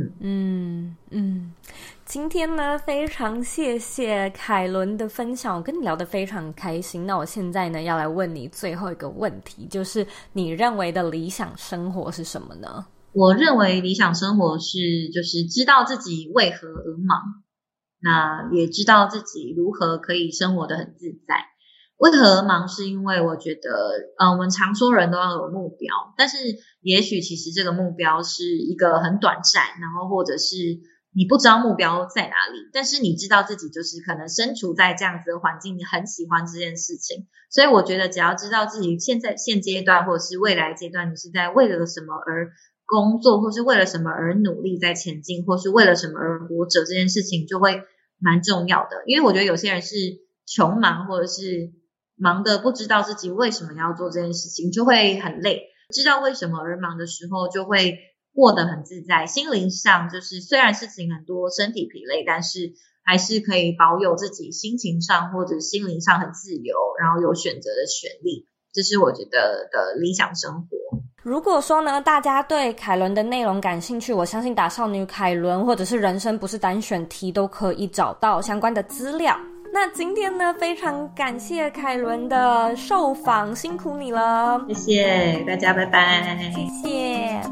今天呢非常谢谢凯伦的分享，我跟你聊得非常开心。那我现在呢要来问你最后一个问题，就是你认为的理想生活是什么呢？ 我认为理想生活就是知道自己为何而忙，那也知道自己如何可以生活得很自在。为何而忙是因为我觉得我们常说人都要有目标，但是也许其实这个目标是一个很短暂，然后或者是你不知道目标在哪里，但是你知道自己就是可能身处在这样子的环境，你很喜欢这件事情。所以我觉得只要知道自己现阶段或者是未来阶段你是在为了什么而工作，或是为了什么而努力在前进，或是为了什么而活着，这件事情就会蛮重要的。因为我觉得有些人是穷忙，或者是忙的不知道自己为什么要做这件事情，就会很累。知道为什么而忙的时候，就会过得很自在，心灵上就是虽然事情很多，身体疲累，但是还是可以保有自己心情上或者心灵上很自由，然后有选择的权利。这是我觉得的理想生活。 如果说呢大家对凯伦的内容感兴趣，我相信打少女凯伦或者是人生不是单选题都可以找到相关的资料。那今天呢非常感谢凯伦的受访，辛苦你了。 谢谢大家，拜拜。 谢谢。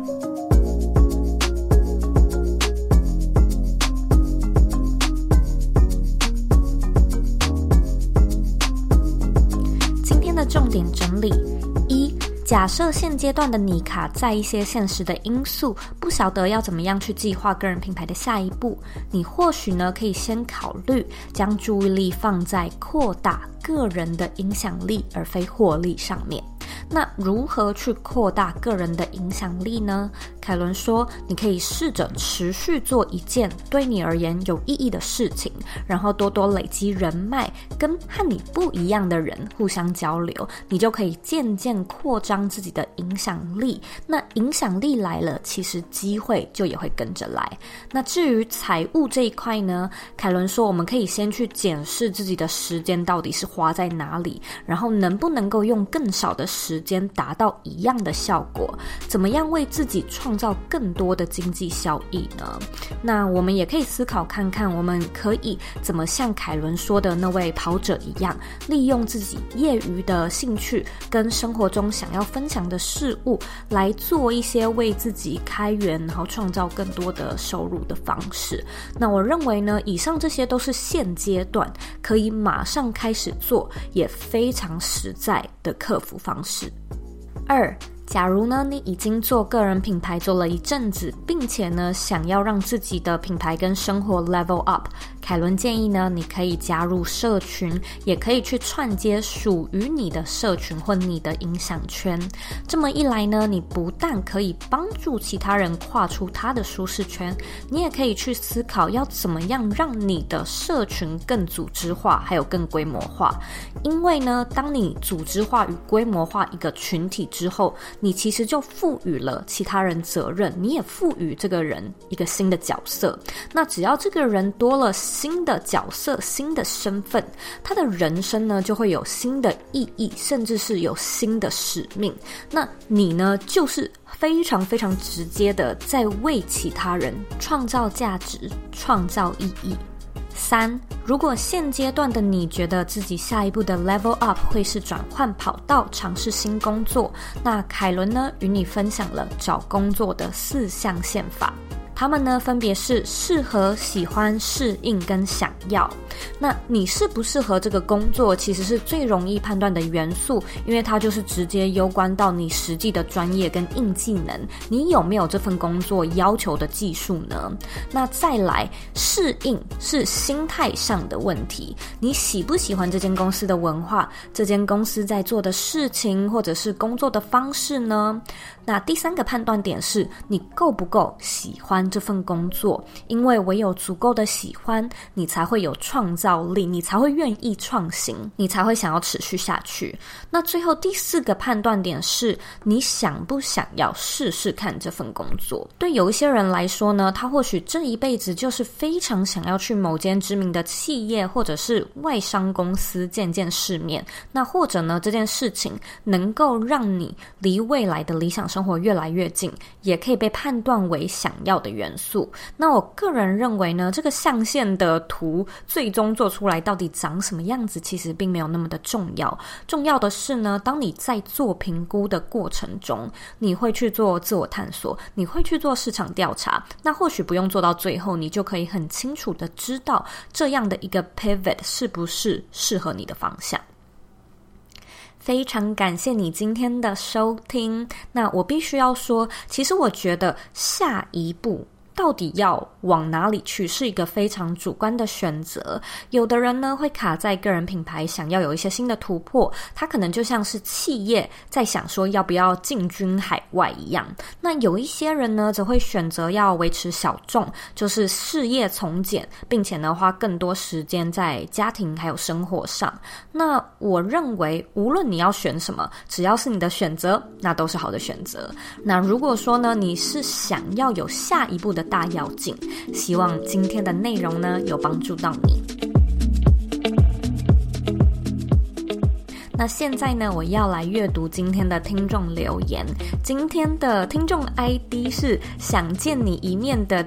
今天的重点整理：一，假设现阶段的你卡在一些现实的因素，不晓得要怎么样去计划个人品牌的下一步，你或许呢可以先考虑将注意力放在扩大个人的影响力而非获利上面。那如何去扩大个人的影响力呢？凯伦说，你可以试着持续做一件对你而言有意义的事情，然后多多累积人脉，跟和你不一样的人互相交流，你就可以渐渐扩张自己的影响力。那影响力来了，其实机会就也会跟着来。那至于财务这一块呢，凯伦说我们可以先去检视自己的时间到底是花在哪里，然后能不能够用更少的时间达到一样的效果，怎么样为自己创造更多的经济效益呢？那我们也可以思考看看，我们可以怎么像凯伦说的那位跑者一样，利用自己业余的兴趣跟生活中想要分享的事物，来做一些为自己开源然后创造更多的收入的方式。那我认为呢，以上这些都是现阶段可以马上开始做，也非常实在的克服方式。二，假如呢你已经做个人品牌做了一阵子，并且呢想要让自己的品牌跟生活 level up， 凯伦建议呢你可以加入社群，也可以去串接属于你的社群或你的影响圈。这么一来呢，你不但可以帮助其他人跨出他的舒适圈，你也可以去思考要怎么样让你的社群更组织化还有更规模化。因为呢当你组织化与规模化一个群体之后， 你其实就赋予了其他人责任，你也赋予这个人一个新的角色。那只要这个人多了新的角色、新的身份，他的人生呢就会有新的意义，甚至是有新的使命。那你呢，就是非常非常直接的在为其他人创造价值、创造意义。3，如果现阶段的你觉得自己下一步的 level up 会是转换跑道，尝试新工作，那凯伦呢与你分享了找工作的4象限法。他们呢分别是适合、喜欢、适应跟想要。那你适不适合这个工作其实是最容易判断的元素，因为它就是直接攸关到你实际的专业跟硬技能，你有没有这份工作要求的技术呢？那再来，适应是心态上的问题，你喜不喜欢这间公司的文化，这间公司在做的事情或者是工作的方式呢？那第3个判断点是你够不够喜欢这份工作，因为唯有足够的喜欢，你才会有创造力，你才会愿意创新，你才会想要持续下去。那最后第4个判断点是你想不想要试试看这份工作。对有一些人来说呢，他或许这一辈子就是非常想要去某间知名的企业或者是外商公司见见世面，那或者呢这件事情能够让你离未来的理想生活越来越近，也可以被判断为想要的元素。那我个人认为呢，这个象限的图最终做出来到底长什么样子，其实并没有那么的重要。重要的是呢，当你在做评估的过程中，你会去做自我探索，你会去做市场调查，那或许不用做到最后，你就可以很清楚的知道这样的一个 pivot 是不是适合你的方向。非常感谢你今天的收听。那我必须要说，其实我觉得下一步到底要往哪里去是一个非常主观的选择。有的人呢会卡在个人品牌，想要有一些新的突破，他可能就像是企业在想说要不要进军海外一样。那有一些人呢则会选择要维持小众，就是事业从简，并且呢花更多时间在家庭还有生活上。那我认为无论你要选什么，只要是你的选择，那都是好的选择。那如果说呢你是想要有下一步的大要进，希望今天的内容呢有帮助到你。那现在呢，我要来阅读今天的听众留言。今天的听众 ID 是想见你一面的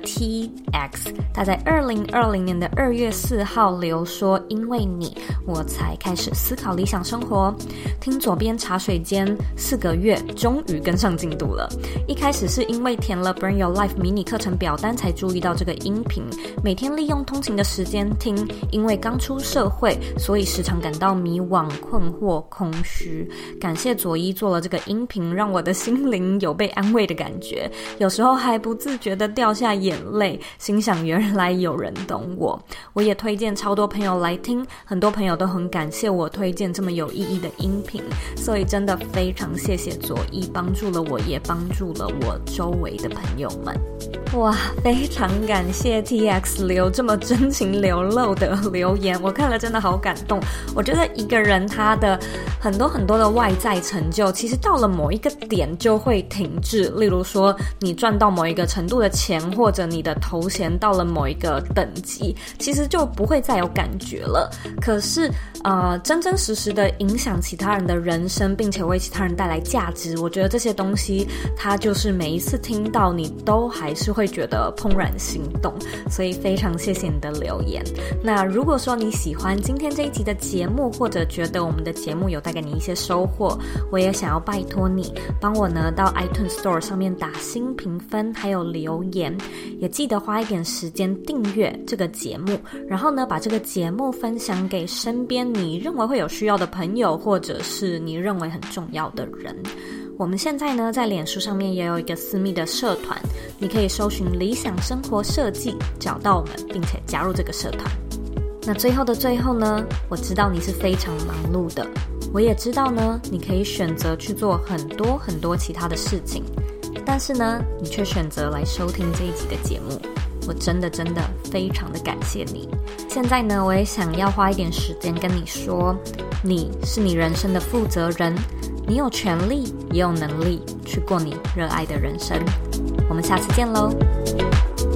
TX， 他在2020年的2月4号留说，因为你我才开始思考理想生活，听左边茶水间4个月终于跟上进度了。一开始是因为填了 Bring Your Life 迷你课程表单才注意到这个音频，每天利用通勤的时间听，因为刚出社会，所以时常感到迷惘、困惑、空虚。感谢佐伊做了这个音频，让我的心灵有被安慰的感觉，有时候还不自觉地掉下眼泪，心想原来有人懂我。我也推荐超多朋友来听，很多朋友都很感谢我推荐这么有意义的音频，所以真的非常谢谢佐伊，帮助了我，也帮助了我周围的朋友们。哇，非常感谢 TX 留这么真情流露的留言，我看了真的好感动。我觉得一个人他的很多很多的外在成就，其实到了某一个点就会停滞。例如说你赚到某一个程度的钱，或者你的头衔到了某一个等级，其实就不会再有感觉了。可是真真实实的影响其他人的人生，并且为其他人带来价值，我觉得这些东西它就是每一次听到你都还是会觉得怦然心动，所以非常谢谢你的留言。那如果说你喜欢今天这一集的节目，或者觉得我们的节目有带给你一些收获，我也想要拜托你帮我呢到 iTunes Store 上面打星评分还有留言，也记得花一点时间订阅这个节目，然后呢把这个节目分享给身边你认为会有需要的朋友，或者是你认为很重要的人。我们现在呢在脸书上面也有一个私密的社团，你可以搜寻理想生活设计找到我们，并且加入这个社团。那最后的最后呢，我知道你是非常忙碌的，我也知道呢你可以选择去做很多很多其他的事情，但是呢你却选择来收听这一集的节目，我真的非常的感谢你。现在呢我也想要花一点时间跟你说，你是你人生的负责人， 你有权利也有能力去过你热爱的人生。我们下次见喽。